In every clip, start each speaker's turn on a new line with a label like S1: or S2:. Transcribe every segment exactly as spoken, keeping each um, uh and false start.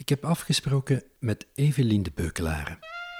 S1: heb afgesproken met Evelien de Beukelare.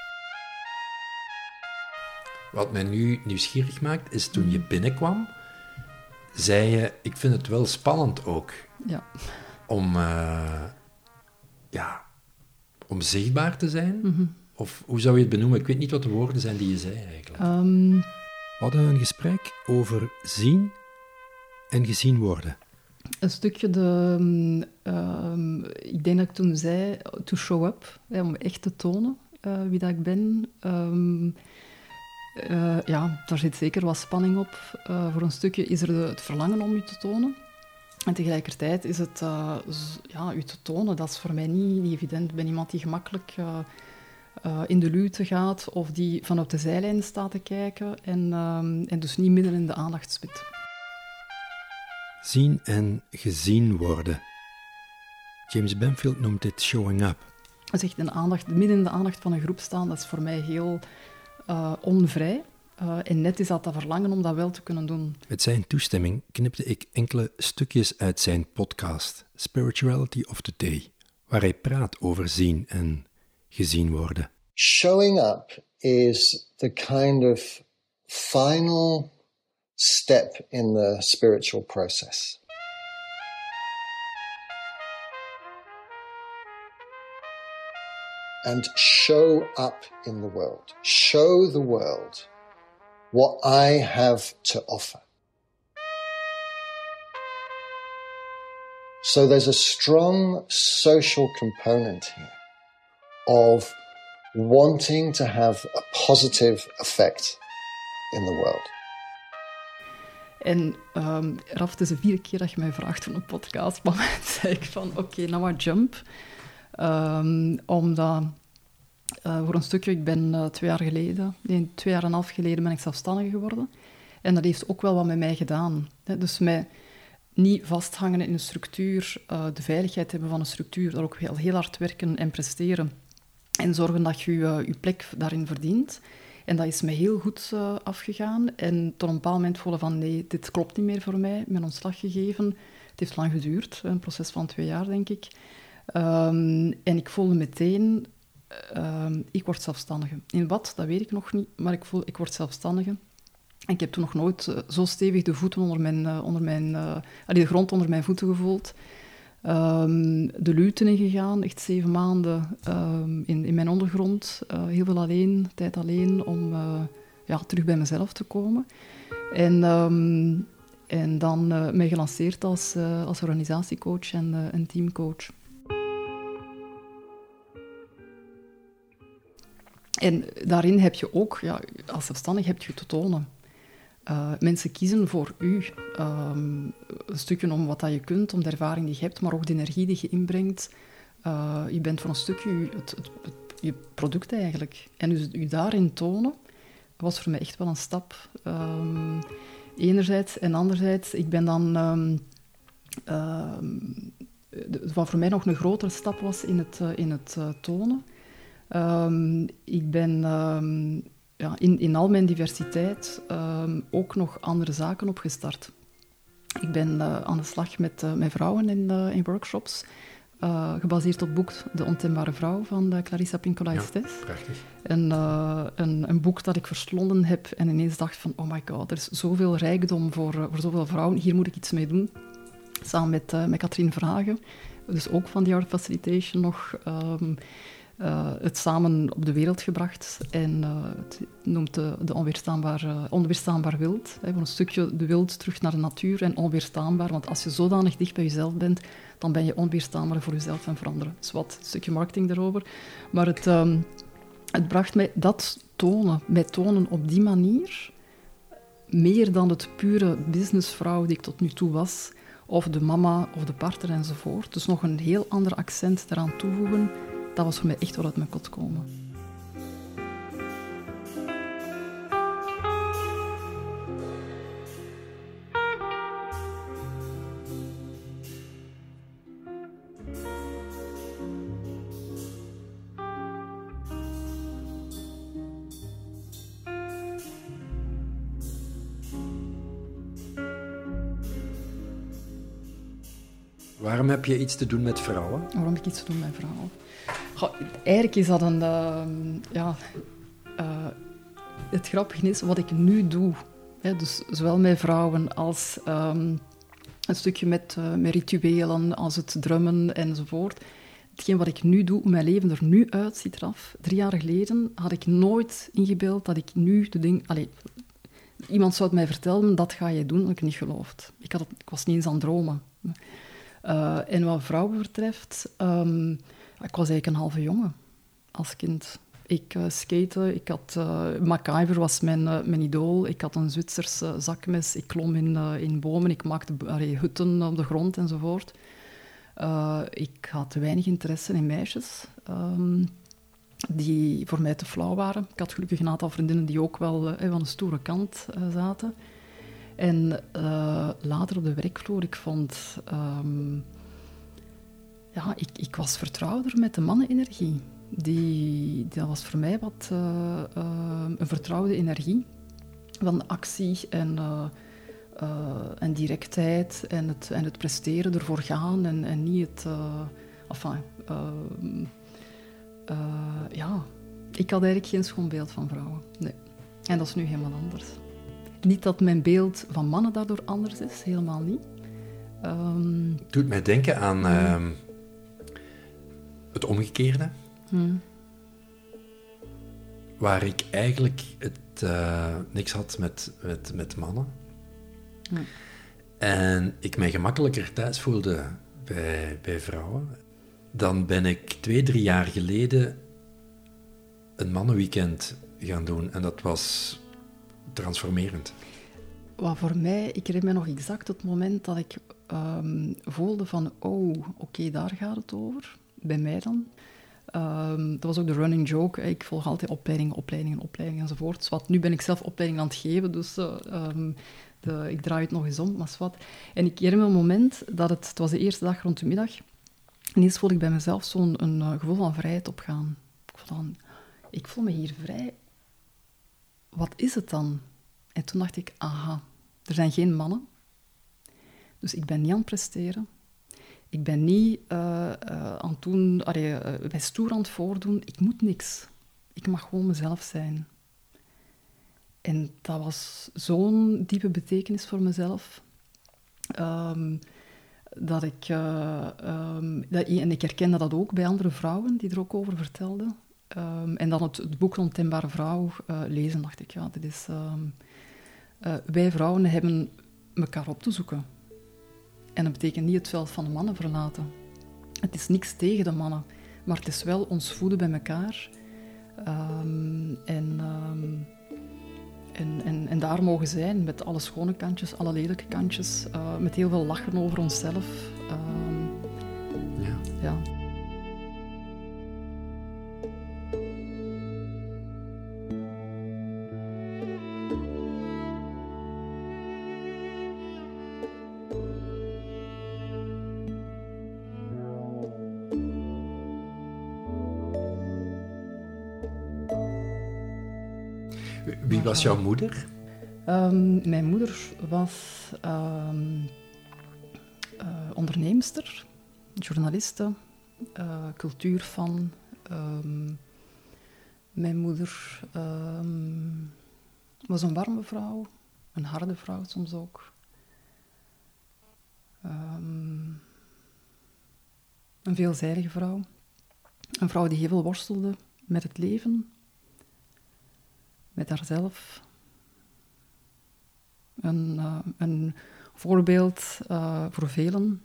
S1: Wat mij nu nieuwsgierig maakt, is toen je binnenkwam, zei je, ik vind het wel spannend ook.
S2: Ja.
S1: Om, uh, ja, om zichtbaar te zijn.
S2: Mm-hmm.
S1: Of hoe zou je het benoemen? Ik weet niet wat de woorden zijn die je zei eigenlijk.
S2: Um...
S1: We hadden een gesprek over zien en gezien worden.
S2: Een stukje de... Um, ik denk dat ik toen zei, to show up, hè, om echt te tonen uh, wie dat ik ben. Um, uh, ja, daar zit zeker wat spanning op. Uh, voor een stukje is er de, het verlangen om je te tonen. En tegelijkertijd is het uh, ja, je te tonen, dat is voor mij niet, niet evident. Ik ben iemand die gemakkelijk uh, uh, in de luwte gaat of die vanuit de zijlijn staat te kijken en, um, en dus niet midden in de aandacht spit.
S1: Zien en gezien worden. James Banfield noemt dit showing up.
S2: Dat is echt een aandacht, midden in de aandacht van een groep staan, dat is voor mij heel uh, onvrij. Uh, en net is dat dat verlangen om dat wel te kunnen doen.
S1: Met zijn toestemming knipte ik enkele stukjes uit zijn podcast Spirituality of the Day, waar hij praat over zien en gezien worden.
S3: Showing up is the kind of final step in the spiritual process. And show up in the world. Show the world what I have to offer. So there's a strong social component here of wanting to have a positive effect in the world.
S2: En um, Raf, het is de vierde keer dat je mij vraagt voor een podcast, maar dan zei ik van, oké, okay, nou maar jump. Um, omdat uh, voor een stukje, ik ben uh, twee jaar geleden, nee, twee jaar en een half geleden ben ik zelfstandige geworden. En dat heeft ook wel wat met mij gedaan. Hè? Dus mij niet vasthangen in een structuur, uh, de veiligheid hebben van een structuur, daar ook heel, heel hard werken en presteren. En zorgen dat je uh, je plek daarin verdient. En dat is me heel goed uh, afgegaan. En tot een bepaald moment voelde van, nee, dit klopt niet meer voor mij. Mijn ontslag gegeven. Het heeft lang geduurd, een proces van twee jaar, denk ik. Um, en ik voelde meteen, um, ik word zelfstandige. In wat, dat weet ik nog niet, maar ik voel, ik word zelfstandige. En ik heb toen nog nooit uh, zo stevig de voeten onder mijn, uh, onder mijn, uh, de grond onder mijn voeten gevoeld. Um, de luwte ingegaan, echt zeven maanden um, in, in mijn ondergrond. Uh, heel veel alleen, tijd alleen, om uh, ja, terug bij mezelf te komen. En, um, en dan uh, mij gelanceerd als, uh, als organisatiecoach en, uh, en teamcoach. En daarin heb je ook, ja, als zelfstandig heb je te tonen. Uh, mensen kiezen voor u. Um, een stukje om wat dat je kunt, om de ervaring die je hebt, maar ook de energie die je inbrengt. Uh, je bent voor een stukje het, het, het, je product eigenlijk. En dus je daarin tonen, was voor mij echt wel een stap. Um, enerzijds en anderzijds, ik ben dan... Um, um, wat voor mij nog een grotere stap was in het, uh, in het uh, tonen. Um, ik ben... Um, Ja, in, in al mijn diversiteit um, ook nog andere zaken opgestart. Ik ben uh, aan de slag met uh, mijn vrouwen in, uh, in workshops, uh, gebaseerd op het boek De Ontembare Vrouw van uh, Clarissa Pinkola Estés.
S1: Ja, prachtig.
S2: Een, uh, een, een boek dat ik verslonden heb en ineens dacht van, oh my god, er is zoveel rijkdom voor, uh, voor zoveel vrouwen, hier moet ik iets mee doen. Samen met, uh, met Katrien Vragen, dus ook van The Art Facilitation nog... Um, Uh, het samen op de wereld gebracht en uh, het noemt de, de onweerstaanbaar, uh, onweerstaanbaar wild. Hè, voor een stukje de wild terug naar de natuur en onweerstaanbaar, want als je zodanig dicht bij jezelf bent, dan ben je onweerstaanbaar voor jezelf en voor anderen. Dus wat, een stukje marketing daarover. Maar het, um, het bracht mij dat tonen, mij tonen op die manier, meer dan het pure businessvrouw die ik tot nu toe was, of de mama of de partner enzovoort. Dus nog een heel ander accent eraan toevoegen. Dat was voor mij echt wel uit mijn kot komen.
S1: Waarom heb je iets te doen met vrouwen?
S2: Waarom heb ik iets te doen met vrouwen? Goh, eigenlijk is dat een... Uh, ja, uh, het grappige is, wat ik nu doe, hè, dus zowel met vrouwen als um, een stukje met, uh, met rituelen, als het drummen enzovoort. Hetgeen wat ik nu doe, hoe mijn leven er nu uitziet eraf. Drie jaar geleden had ik nooit ingebeeld dat ik nu de ding... Allee, iemand zou het mij vertellen, dat ga je doen, dat heb ik niet geloofd. Ik, had het, ik was niet eens aan het dromen. Uh, en wat vrouwen betreft, um, ik was eigenlijk een halve jongen als kind. Ik uh, skate, ik had... Uh, MacGyver was mijn, uh, mijn idool. Ik had een Zwitsers uh, zakmes. Ik klom in, uh, in bomen. Ik maakte allee, hutten op de grond enzovoort. Uh, ik had weinig interesse in meisjes um, die voor mij te flauw waren. Ik had gelukkig een aantal vriendinnen die ook wel uh, van de stoere kant uh, zaten. En uh, later op de werkvloer, ik vond... Um, ja, ik, ik was vertrouwder met de mannenenergie. Die, dat was voor mij wat uh, uh, een vertrouwde energie van actie en, uh, uh, en directheid en het, en het presteren, ervoor gaan en, en niet het... Uh, enfin, uh, uh, ja, ik had eigenlijk geen schoon beeld van vrouwen. Nee. En dat is nu helemaal anders. Niet dat mijn beeld van mannen daardoor anders is, helemaal niet. Um,
S1: het doet mij denken aan uh, het omgekeerde. Hmm. Waar ik eigenlijk het, uh, niks had met, met, met mannen. Hmm. En ik mij gemakkelijker thuis voelde bij, bij vrouwen. Dan ben ik twee, drie jaar geleden een mannenweekend gaan doen. En dat was transformerend.
S2: Wat voor mij, ik herinner me nog exact het moment dat ik um, voelde van... Oh, oké, okay, daar gaat het over. Bij mij dan. Um, dat was ook de running joke. Ik volg altijd opleidingen, opleidingen, opleidingen enzovoort. Wat, nu ben ik zelf opleidingen aan het geven, dus uh, um, de, ik draai het nog eens om, maar wat. En ik herinner me een moment dat het... Het was de eerste dag rond de middag. En eerst voelde ik bij mezelf zo'n een, uh, gevoel van vrijheid opgaan. Ik voelde dan, ik voel me hier vrij. Wat is het dan? En toen dacht ik, aha, er zijn geen mannen. Dus ik ben niet aan het presteren. Ik ben niet uh, uh, aan het doen, allee, uh, bij stoer aan het voordoen. Ik moet niks. Ik mag gewoon mezelf zijn. En dat was zo'n diepe betekenis voor mezelf. Um, dat ik... Uh, um, dat, en ik herkende dat ook bij andere vrouwen die er ook over vertelden. Um, en dan het, het boek Ontembare Vrouw uh, lezen, dacht ik, ja, dit is... Um, uh, wij vrouwen hebben elkaar op te zoeken. En dat betekent niet het veld van de mannen verlaten. Het is niks tegen de mannen, maar het is wel ons voeden bij elkaar. Um, en, um, en, en, en daar mogen zijn, met alle schone kantjes, alle lelijke kantjes, uh, met heel veel lachen over onszelf. Um,
S1: ja.
S2: ja.
S1: Wie was jouw moeder?
S2: Um, mijn moeder was um, uh, onderneemster, journaliste, uh, cultuurfan. Um, mijn moeder um, was een warme vrouw, een harde vrouw soms ook. Um, een veelzijdige vrouw. Een vrouw die heel veel worstelde met het leven. Met haarzelf. Een, uh, een voorbeeld uh, voor velen.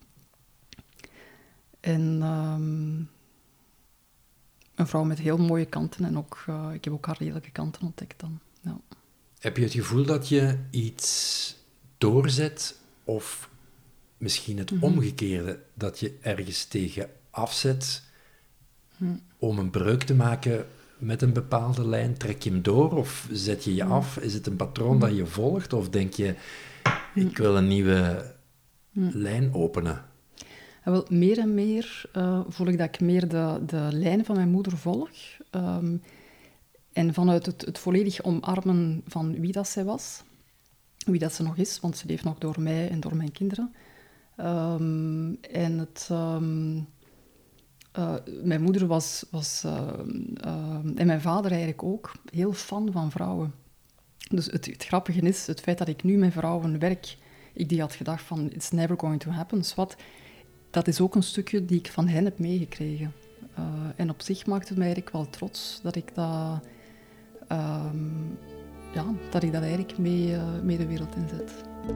S2: En um, een vrouw met heel mooie kanten. En ook, uh, ik heb ook haar lelijke kanten ontdekt dan. Ja.
S1: Heb je het gevoel dat je iets doorzet? Of misschien het mm-hmm. omgekeerde, dat je ergens tegen afzet mm. om een breuk te maken... Met een bepaalde lijn, trek je hem door of zet je je af? Is het een patroon dat je volgt? Of denk je, ik wil een nieuwe lijn openen?
S2: Ja, wel, meer en meer uh, voel ik dat ik meer de, de lijn van mijn moeder volg. Um, en vanuit het, het volledig omarmen van wie dat zij was. Wie dat ze nog is, want ze leeft nog door mij en door mijn kinderen. Um, en het... Um, uh, mijn moeder was... was uh, uh, en mijn vader eigenlijk ook heel fan van vrouwen. Dus het, het grappige is, het feit dat ik nu met vrouwen werk, ik die had gedacht van, it's never going to happen, swat, dat is ook een stukje die ik van hen heb meegekregen. Uh, en op zich maakt het mij eigenlijk wel trots dat ik dat, um, ja, dat, ik dat eigenlijk mee, uh, mee de wereld inzet.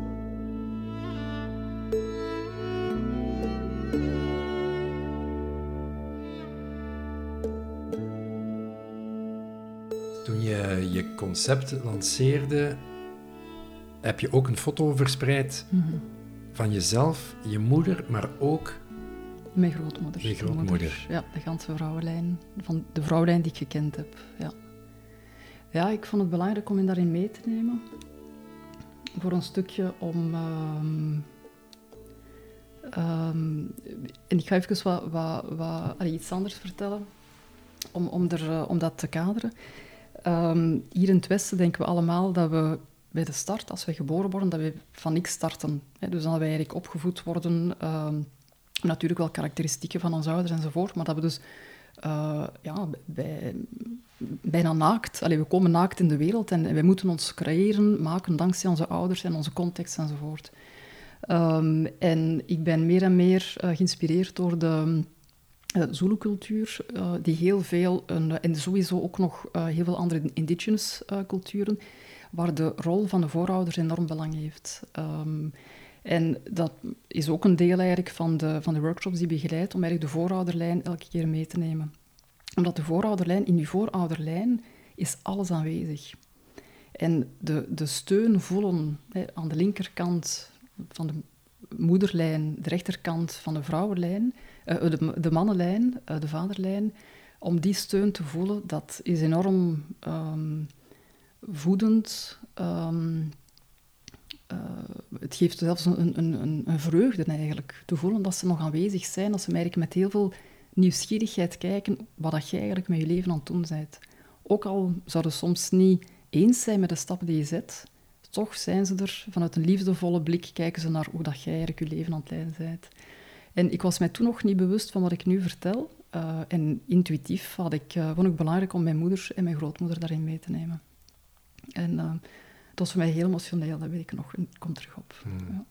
S1: Toen je je concept lanceerde, heb je ook een foto verspreid mm-hmm. van jezelf, je moeder, maar ook...
S2: Mijn grootmoeder.
S1: Je grootmoeder.
S2: Moeder, ja, de ganse vrouwenlijn. Van de vrouwenlijn die ik gekend heb, ja. Ja, ik vond het belangrijk om hen daarin mee te nemen. Voor een stukje om... Um, um, en ik ga even wat, wat, wat, allee, iets anders vertellen, om, om, er, uh, om dat te kaderen. Um, hier in het Westen denken we allemaal dat we bij de start, als we geboren worden, dat we van niks starten. Hè? Dus dat we eigenlijk opgevoed worden... Um, natuurlijk wel karakteristieken van onze ouders enzovoort, maar dat we dus uh, ja, bij, bijna naakt... Allee, we komen naakt in de wereld en, en wij moeten ons creëren, maken dankzij onze ouders en onze context enzovoort. Um, en ik ben meer en meer uh, geïnspireerd door de uh, Zulu-cultuur, uh, die heel veel, een, en sowieso ook nog uh, heel veel andere indigenous uh, culturen, waar de rol van de voorouders enorm belang heeft. Um, En dat is ook een deel eigenlijk van de, van de workshops die begeleid, om eigenlijk de voorouderlijn elke keer mee te nemen. Omdat de voorouderlijn, in die voorouderlijn is alles aanwezig. En de, de steun voelen hè, aan de linkerkant van de moederlijn, de rechterkant van de vrouwenlijn, uh, de, de mannenlijn, uh, de vaderlijn, om die steun te voelen, dat is enorm um, voedend. Um, Uh, het geeft zelfs een, een, een, een vreugde eigenlijk, te voelen dat ze nog aanwezig zijn, dat ze eigenlijk met heel veel nieuwsgierigheid kijken wat dat je eigenlijk met je leven aan het doen bent. Ook al zouden ze soms niet eens zijn met de stappen die je zet, toch zijn ze er vanuit een liefdevolle blik, kijken ze naar hoe dat jij eigenlijk je leven aan het leiden bent. En ik was mij toen nog niet bewust van wat ik nu vertel, uh, en intuïtief had ik, uh, vond ik belangrijk om mijn moeder en mijn grootmoeder daarin mee te nemen. En... Uh, Dat was voor mij heel emotioneel, dat weet ik nog. Ik kom terug op. Hmm. Ja.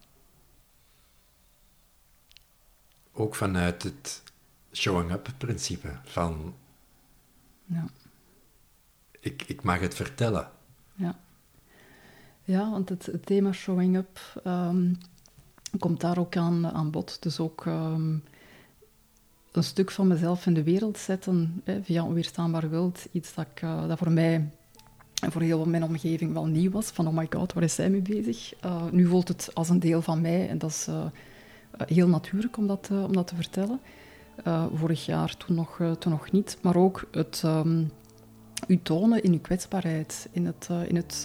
S1: Ook vanuit het showing-up-principe van...
S2: Ja.
S1: Ik, ik mag het vertellen.
S2: Ja, ja want het, het thema showing-up um, komt daar ook aan, aan bod. Dus ook um, een stuk van mezelf in de wereld zetten, hè, via Onweerstaanbaar Wild. Iets dat, ik, uh, dat voor mij... En voor heel mijn omgeving wel nieuw was, van oh my god, waar is zij mee bezig? Uh, nu voelt het als een deel van mij en dat is uh, heel natuurlijk om dat, uh, om dat te vertellen. Uh, vorig jaar toen nog, uh, toen nog niet, maar ook het um, u tonen in uw kwetsbaarheid, in, het, uh, in, het,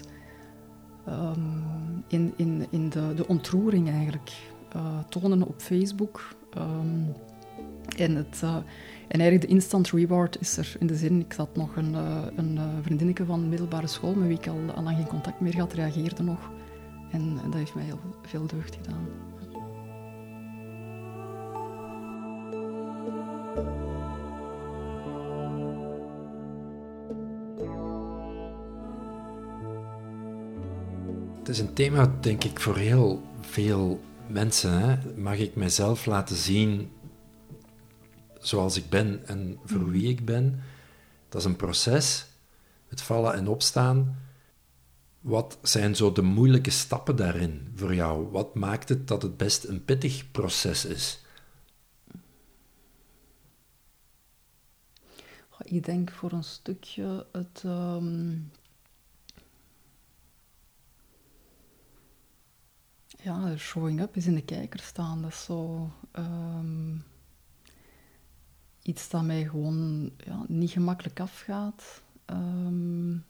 S2: um, in, in, in de, de ontroering eigenlijk. Uh, tonen op Facebook. Um, en het... Uh, En eigenlijk de instant reward is er in de zin, ik had nog een, uh, een uh, vriendinnetje van de middelbare school, met wie ik al, al lang geen contact meer had, reageerde nog. En, en dat heeft mij heel veel deugd gedaan.
S1: Het is een thema, denk ik, voor heel veel mensen. Hè? Mag ik mezelf laten zien zoals ik ben en voor wie ik ben? Dat is een proces, het vallen en opstaan. Wat zijn zo de moeilijke stappen daarin voor jou? Wat maakt het dat het best een pittig proces is?
S2: Ik denk voor een stukje het... Um... Ja, showing up is in de kijker staan. Dat is zo... Um... Iets dat mij gewoon ja, niet gemakkelijk afgaat. Um...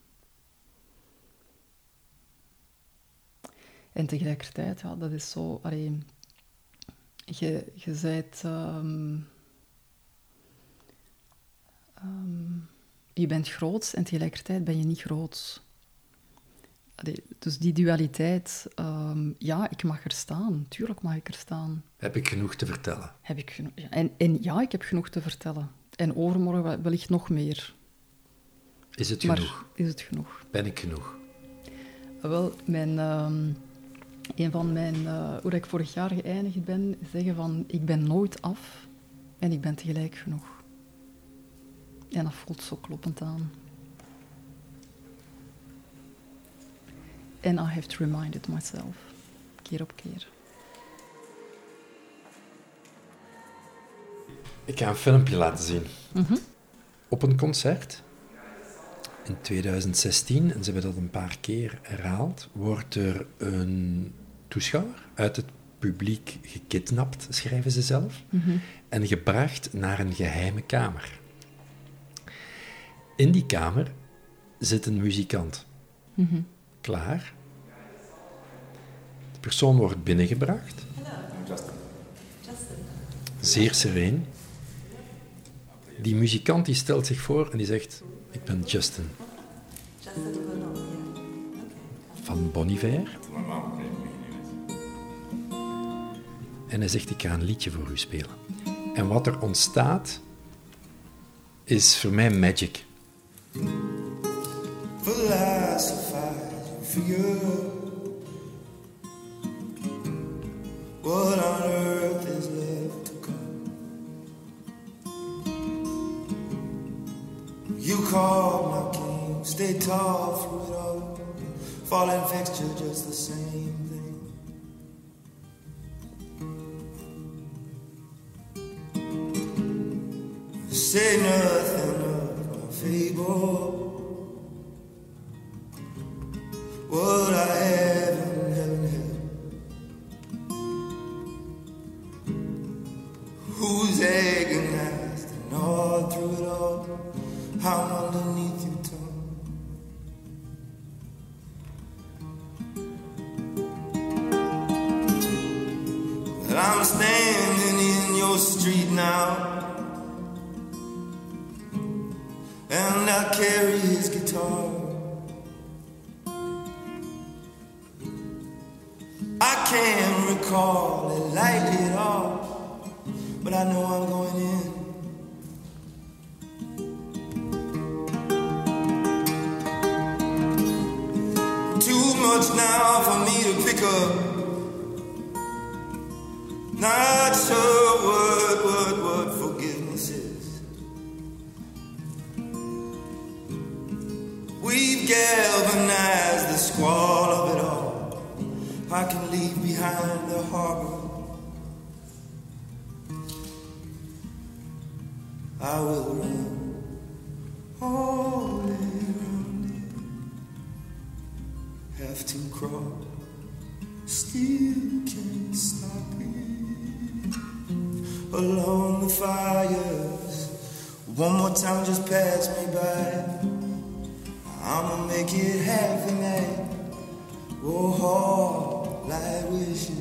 S2: En tegelijkertijd, ja, dat is zo... Allee, je, je bent... Um... Um... Je bent groots en tegelijkertijd ben je niet groots. allee, dus die dualiteit, um, ja, ik mag er staan. Tuurlijk mag ik er staan.
S1: Heb ik genoeg te vertellen?
S2: Heb ik geno- ja, en, en ja, ik heb genoeg te vertellen. En overmorgen wellicht nog meer.
S1: Is het
S2: Maar
S1: genoeg?
S2: is het genoeg?
S1: Ben ik genoeg?
S2: Wel, mijn, um, een van mijn, uh, hoe dat ik vorig jaar geëindigd ben, zeggen van, ik ben nooit af en ik ben tegelijk genoeg. En dat voelt zo kloppend aan. En I have to remind it myself, keer op keer.
S1: Ik ga een filmpje laten zien.
S2: Mm-hmm.
S1: Op een concert in twintig zestien, en ze hebben dat een paar keer herhaald, wordt er een toeschouwer uit het publiek gekidnapt, schrijven ze zelf,
S2: Mm-hmm.
S1: en gebracht naar een geheime kamer. In die kamer zit een muzikant.
S2: Mm-hmm.
S1: Klaar. De persoon wordt binnengebracht. Zeer sereen. Die muzikant die stelt zich voor en die zegt: ik ben Justin. Van Bon Iver. En hij zegt: ik ga een liedje voor u spelen. En wat er ontstaat, is voor mij magic.
S4: Philosophize for you. What on earth is left to come? You called my king, stay tall through it all. Falling fixture, just the same thing. Say nothing of my fable. What I have in heaven held. Who's agonized and all through it all? I'm underneath your tongue. And I'm standing in your street now. And I carry his guitar. I can't recall it lightly at all, but I know I'm going in. Too much now for me to pick up. Not sure what, what, what forgiveness is. We've galvanized the squall of it all. I can leave behind the harbor. I will run all around it. Have to crawl, still can't stop it. Along the fires, one more time just pass me by. I'ma make it half a night. Oh, hard like wishes.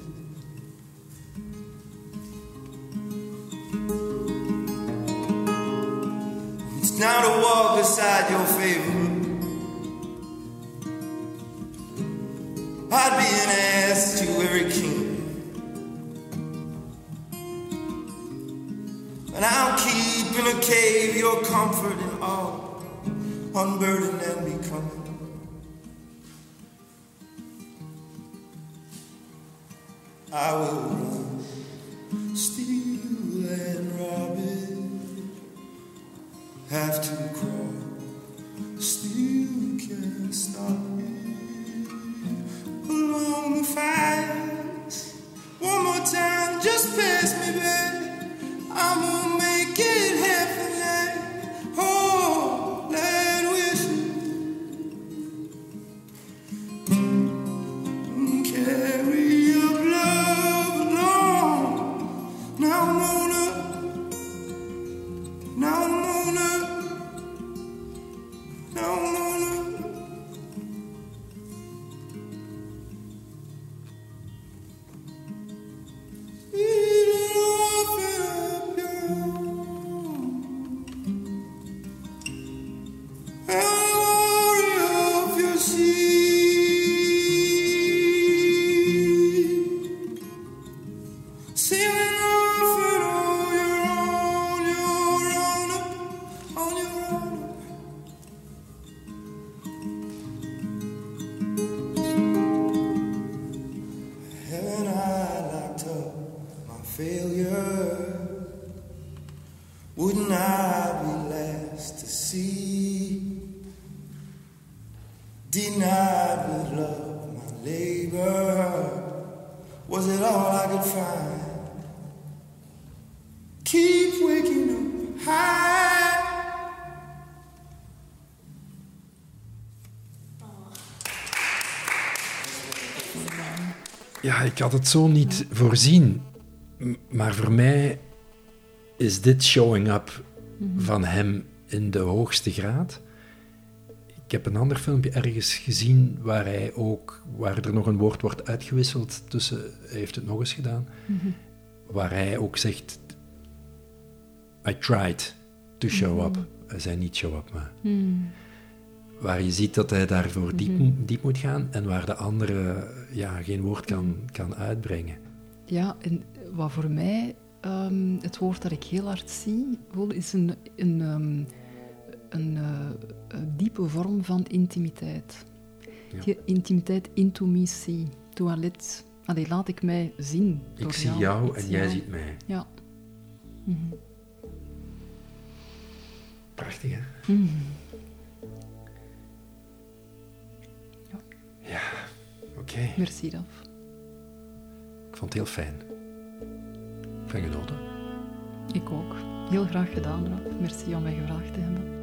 S4: It's now to walk beside your favorite. I'd be an ass to every king. And I'll keep in a cave your comfort and all, unburdened and becoming. I will run, steal and rob it. Have to crawl, still can't stop it. Along the fires, one more time, just pass me by. I'm gonna make it half a night. Oh, that wishes. Carry your love along. Now I'm gonna, now I'm gonna, now I'm gonna. Eat it off and up your wouldn't I be last to see? Denied with love my labor, was it all I could find? Keep waking up high.
S1: Ja, ik had het zo niet voorzien. M- Maar voor mij is dit showing up van hem in de hoogste graad. Ik heb een ander filmpje ergens gezien waar hij ook, waar er nog een woord wordt uitgewisseld tussen, hij heeft het nog eens gedaan,
S2: Mm-hmm.
S1: waar hij ook zegt, I tried to show
S2: Mm-hmm.
S1: up. Hij zei niet show up, maar...
S2: Mm.
S1: Waar je ziet dat hij daarvoor diep,
S2: Mhm.
S1: diep moet gaan en waar de andere ja, geen woord kan, kan uitbrengen.
S2: Ja, en wat voor mij ehm, het woord dat ik heel hard zie, wel, is een, een, ehm, een, eh, een diepe vorm van intimiteit.
S1: Ja.
S2: Die intimiteit, intimacy, toilet. Allee, laat ik mij zien.
S1: Ik
S2: door
S1: zie jou
S2: Ik
S1: en
S2: zie
S1: jij
S2: jou.
S1: ziet mij.
S2: Ja. Mhm.
S1: Prachtig, hè?
S2: Mhm.
S1: Ja, oké.
S2: Merci, Raf.
S1: Ik vond het heel fijn. Van genoten.
S2: Ik ook. Heel graag gedaan, Raf. Merci om mij gevraagd te hebben.